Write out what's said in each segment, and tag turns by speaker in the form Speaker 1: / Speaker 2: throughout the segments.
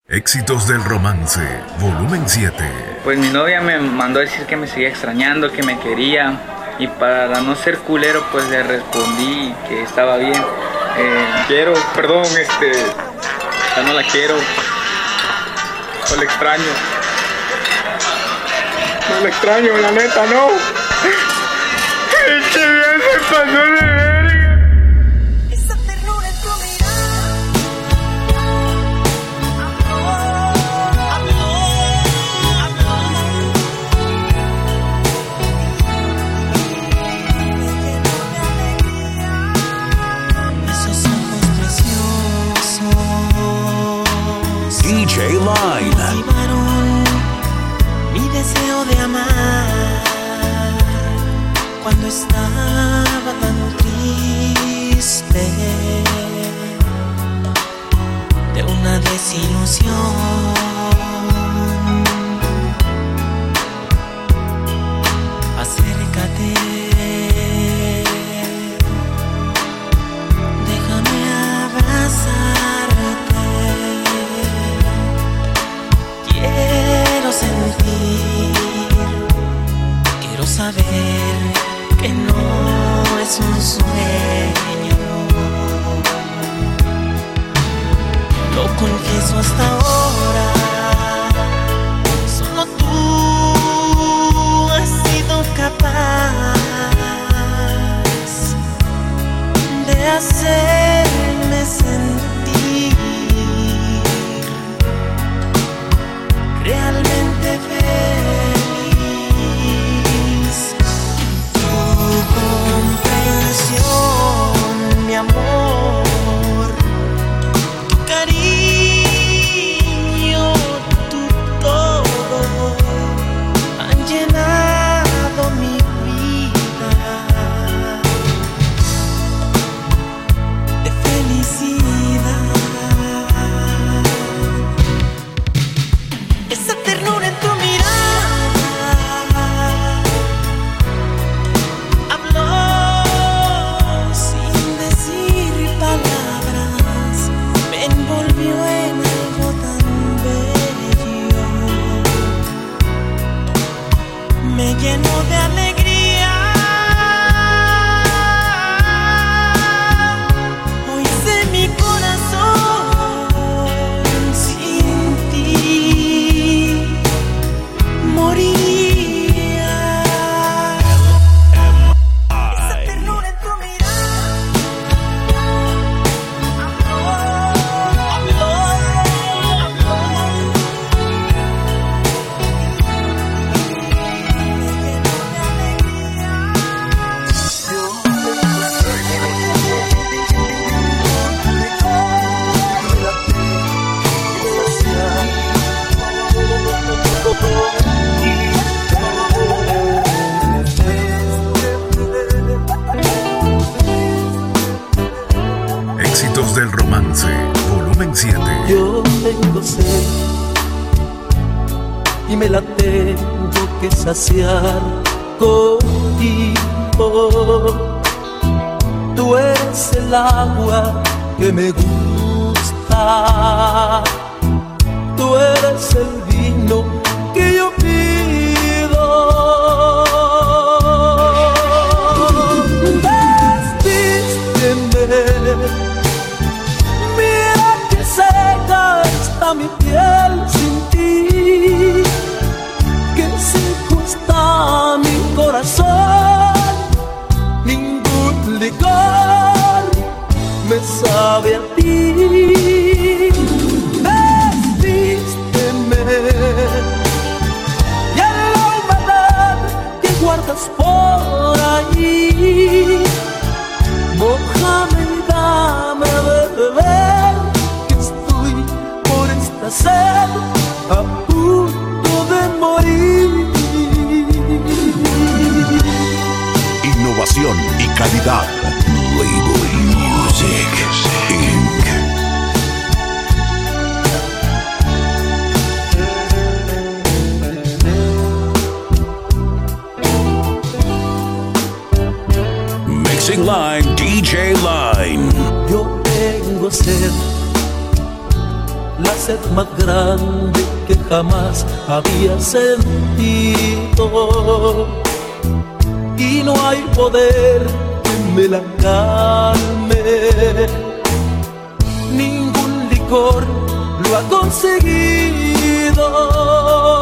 Speaker 1: Éxitos del romance, volumen 7.
Speaker 2: Pues mi novia me mandó a decir que me seguía extrañando, que me quería. Y para no ser culero, pues le respondí que estaba bien. Perdón, ya no la quiero. No la extraño. No la extraño, la neta, no. Este día se pasó de verga.
Speaker 3: Esa ternura en tu mirada. Esos ojos preciosos.
Speaker 1: DJ Line.
Speaker 3: Activaron mi deseo de amar cuando estaba tan triste de una desilusión. Acércate, déjame abrazarte. Quiero sentir, quiero saber que no es un sueño. Lo confieso hasta ahora, solo tú has sido capaz de hacerme sentir realmente feliz. Tu comprensión, mi amor, tu cariño, tu todo han llenado mi vida de felicidad. Esa ternura en tu mirada habló sin decir palabras, me envolvió en algo tan bello, me llenó de alegría. Hoy sé mi corazón sin ti moría. Esa ternura en tu
Speaker 1: Éxitos del romance, volumen 7.
Speaker 4: Yo tengo sed y me la tengo que saciar contigo. Tú eres el agua que me gusta, tú eres el vino que yo pido. Desvísteme, mira que seca está mi piel sin ti, que seco está mi corazón. Ningún licor me sabe a ti. Desvísteme y en la humedad que guardas por allí, mójame y dame de beber, que estoy por esta sed a punto de morir.
Speaker 1: Innovación y calidad. Label Music Inc. Mixing Line, DJ Line.
Speaker 4: Yo tengo sed, la sed más grande que jamás había sentido. Y no hay poder que me la calme, ningún licor lo ha conseguido.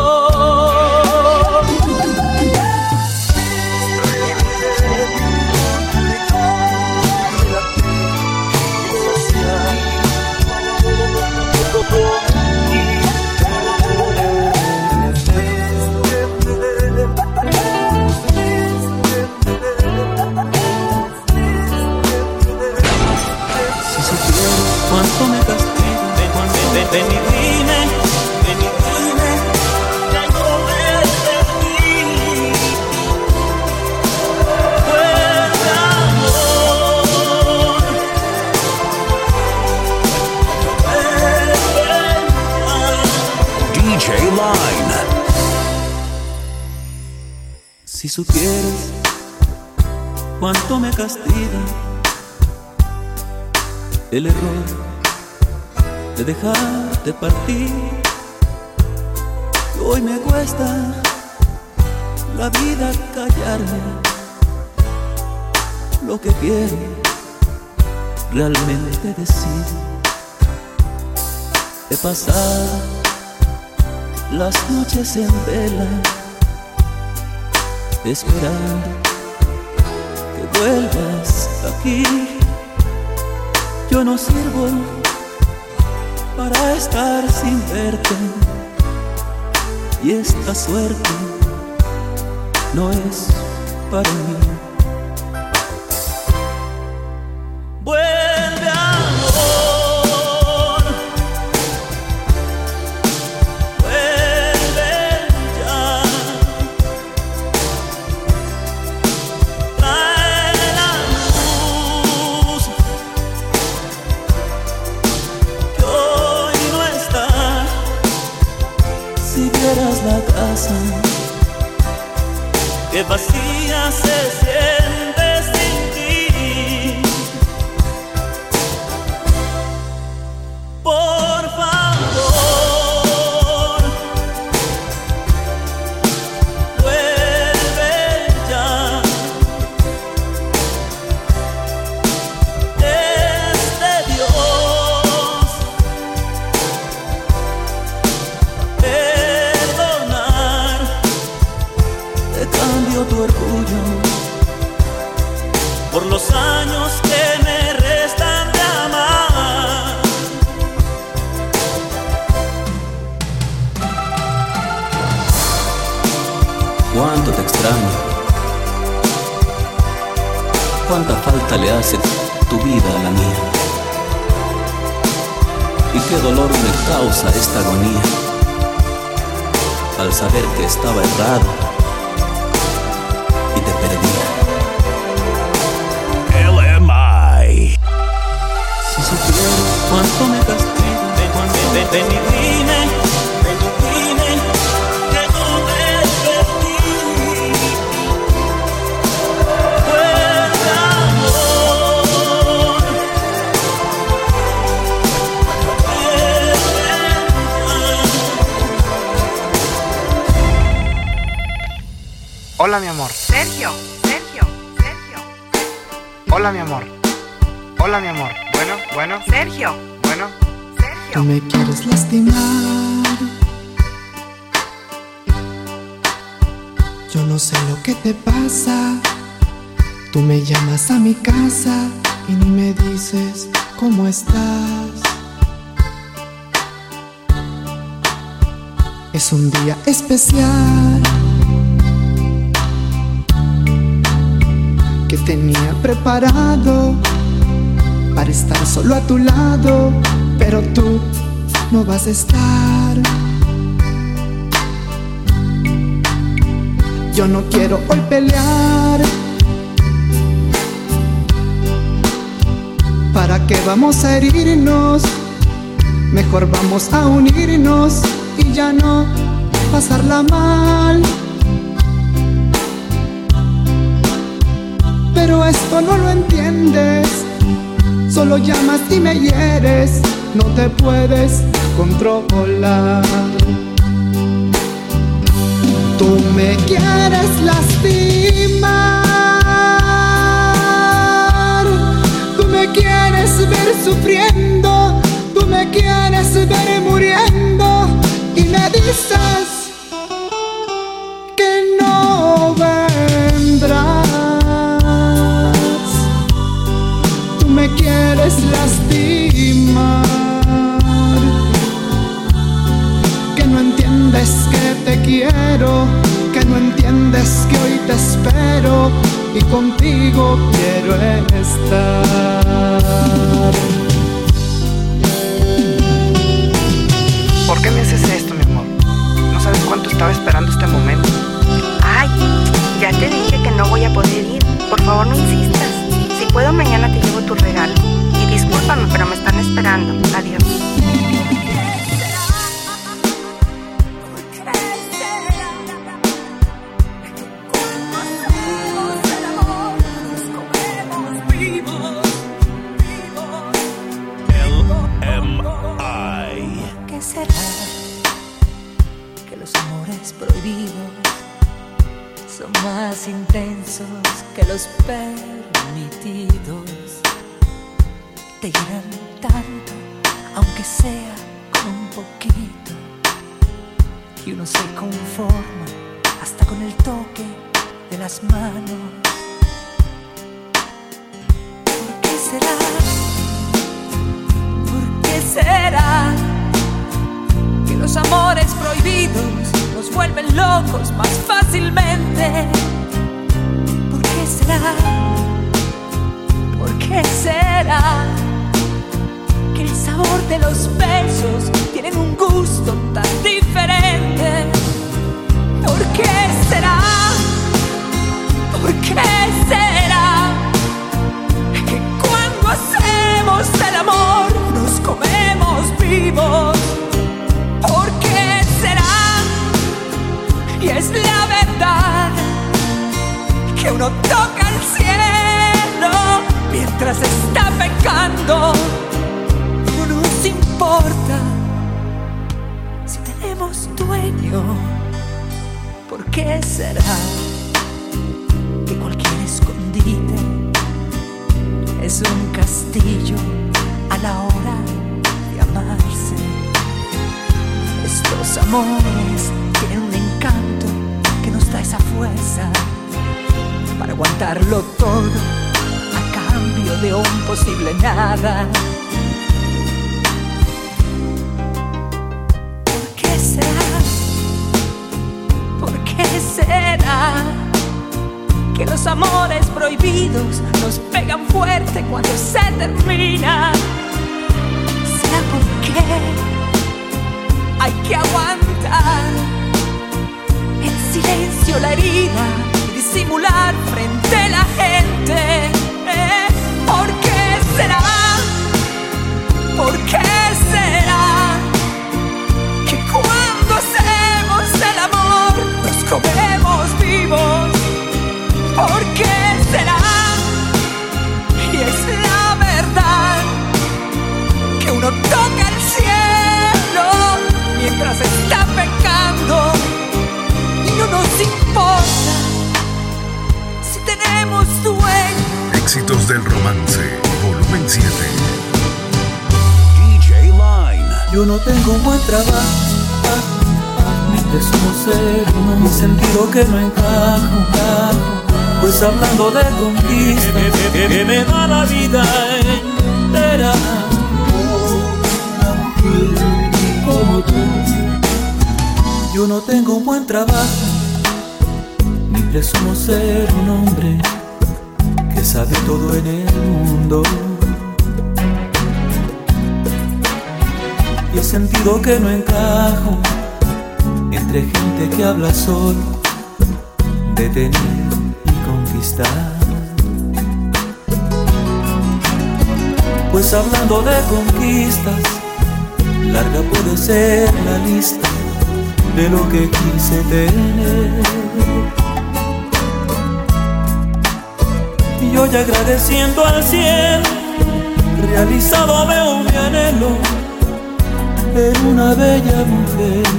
Speaker 4: Cuánto me castiga, ven y dime, que no me perdí. Vuelve amor,
Speaker 1: DJ Line.
Speaker 4: Si supieras cuánto me castiga el error de dejarte partir, que hoy me cuesta la vida callarme lo que quiero realmente decir. He pasado las noches en vela esperando que vuelvas aquí. Yo no sirvo para estar sin verte, y esta suerte no es para mí. Vuelve amor, vuelve ya, trae la luz que hoy no está. Si vieras la casa que vacía se siente sin ti. Por favor, vuelve ya. Es de Dios perdonar. Te cambio tu orgullo por los años que me restan de amar. Cuánto te extraño, cuánta falta le hace tu vida a la mía, y qué dolor me causa esta agonía al saber que estaba errado y te perdí.
Speaker 1: LMI.
Speaker 4: Si supieras cuánto me castiga, ven y dime, que no me perdí. Vuelve amor,
Speaker 5: Hola mi amor.
Speaker 6: Sergio.
Speaker 5: Hola mi amor. Hola mi amor. Bueno.
Speaker 6: Sergio.
Speaker 7: Tú me quieres lastimar. Yo no sé lo que te pasa. Tú me llamas a mi casa y ni me dices cómo estás. Es un día especial que tenía preparado para estar solo a tu lado, pero tú no vas a estar. Yo no quiero hoy pelear. ¿Para qué vamos a herirnos? Mejor vamos a unirnos y ya no pasarla mal. Pero esto no lo entiendes, solo llamas y me hieres. no te puedes controlar. Tú me quieres lastimar, tú me quieres ver sufriendo, tú me quieres ver muriendo y me dices que no vendrás. Tú me quieres lastimar, que no entiendes que te quiero, que no entiendes que hoy te espero y contigo quiero estar.
Speaker 5: ¿Por qué me haces esto, mi amor? No sabes cuánto estaba esperando este momento.
Speaker 6: Ay, ya te dije que no voy a poder ir. Por favor, no insistas. Si puedo, mañana te llevo tu regalo. Y discúlpame, pero me están esperando. Adiós.
Speaker 3: ¿Qué será? Que los amores prohibidos son más intensos que los permitidos. Te llenan tanto, aunque sea con un poquito, y uno se conforma hasta con el toque de las manos. ¿Por qué será? ¿Por qué será que los amores prohibidos nos vuelven locos más fácilmente? ¿Por qué será? ¿Por qué será que el sabor de los besos tienen un gusto tan diferente? ¿Por qué será? ¿Por qué será que cuando hacemos el amor nos comemos vivos? ¿Por qué será? Y es la verdad que uno toca el cielo mientras está pecando. No nos importa si tenemos dueño. ¿Por qué será que cualquier escondite es un castillo a la hora de amarse? Estos amores tienen un encanto que nos da esa fuerza para aguantarlo todo a cambio de un posible nada. ¿Por qué será? ¿Por qué será que los amores prohibidos nos pegan fuerte cuando se terminan? ¿Será porque hay que aguantar en silencio la herida y disimular frente a la gente? ¿Por qué será? ¿Por qué será que cuando hacemos el amor nos comemos vivos? ¿Por qué será? Y es la verdad que uno toca el cielo mientras está pecando y no nos importa si tenemos dueño.
Speaker 1: Éxitos del romance, volumen 7.
Speaker 8: DJ Line.
Speaker 4: Yo no tengo un buen trabajo, ni presumo ser uno, mi sentido que no encajo, pues hablando de conquistas que me da la vida entera, como tú. Yo no tengo un buen trabajo, ni presumo ser un hombre que sabe todo en el mundo, y he sentido que no encajo entre gente que habla solo de tener y conquistar. Pues hablando de conquistas, larga puede ser la lista de lo que quise tener. Y hoy agradeciendo al cielo realizado veo mi anhelo en una bella mujer.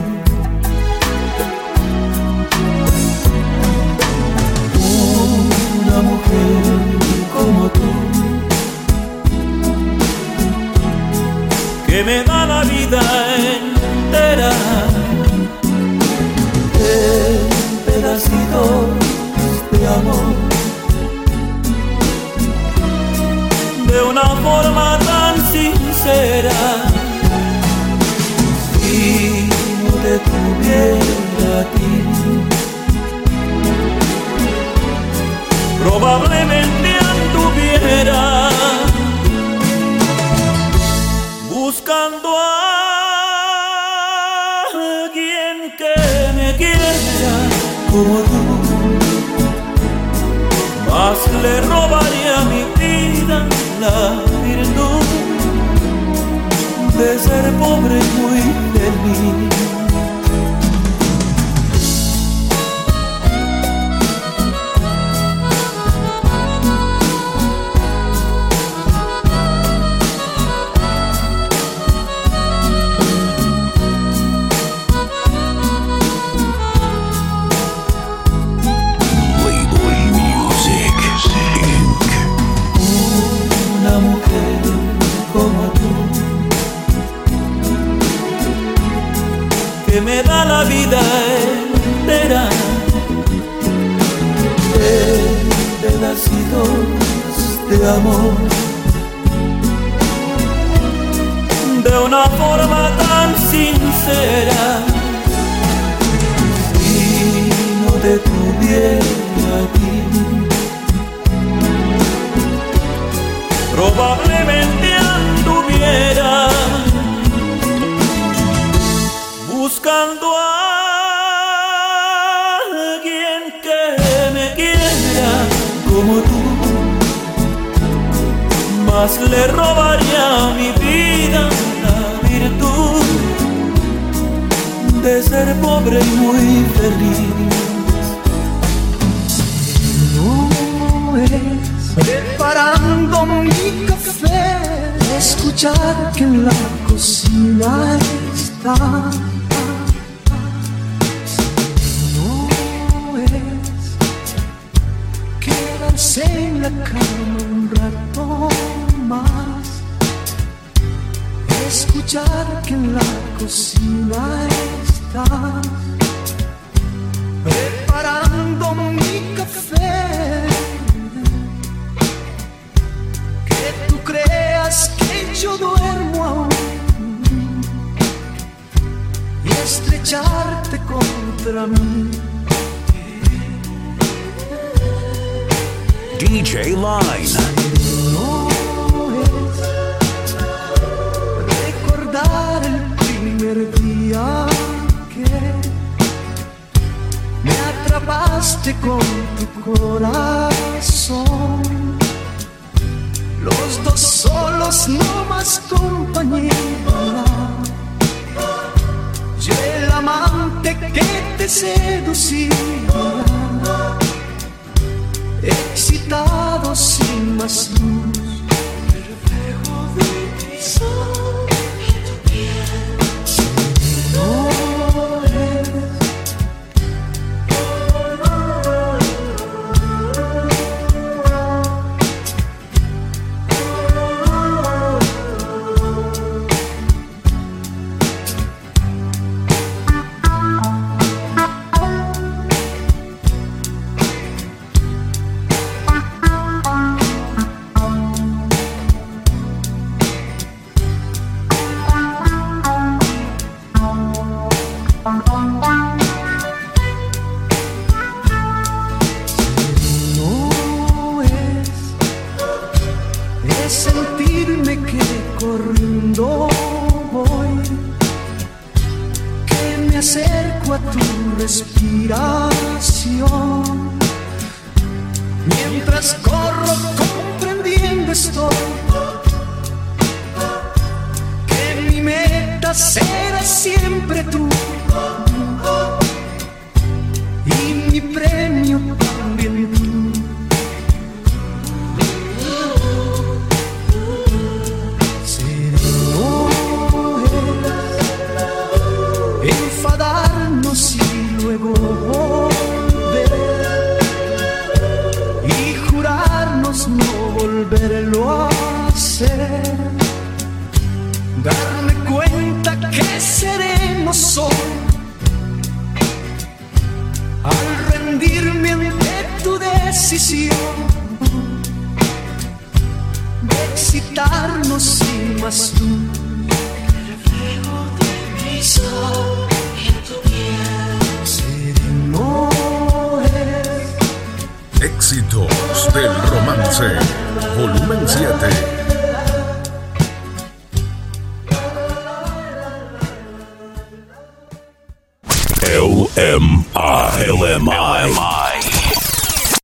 Speaker 4: Una mujer como tú, que me da la vida entera en pedacitos de amor, de una forma tan sincera. Si no te tuviera a ti, probablemente anduviera buscando a alguien que me quiera como tú, mas le robaría a mi vida la virtud de ser pobre y muy feliz. Que me da la vida entera en pedacitos de amor, de una forma tan sincera. Si no te tuviera a ti, probablemente anduviera buscando a alguien que me quiera como tú, mas le robaría a mi vida la virtud de ser pobre y muy feliz.
Speaker 7: No es preparando mi café, escuchar que en la cocina está. En la cama un rato más, escuchar que en la cocina está preparando mi café, que tú creas que yo duermo aún y estrecharte contra mí.
Speaker 1: DJ Line.
Speaker 7: No es recordar el primer día que me atrapaste con tu corazón, los dos solos, no más compañía. Yo el amante que te seducía, excitado sin más luz, reflejo de mi sol y tu piel. No eres sentirme que corriendo voy, que me acerco a tu respiración, mientras corro comprendiendo estoy que mi meta será siempre tú y mi premio también tú.
Speaker 4: soy al rendirme ante tu decisión de excitarnos sin más tú. El reflejo de mi sol en tu piel se demora.
Speaker 1: Éxitos del romance, volumen 7.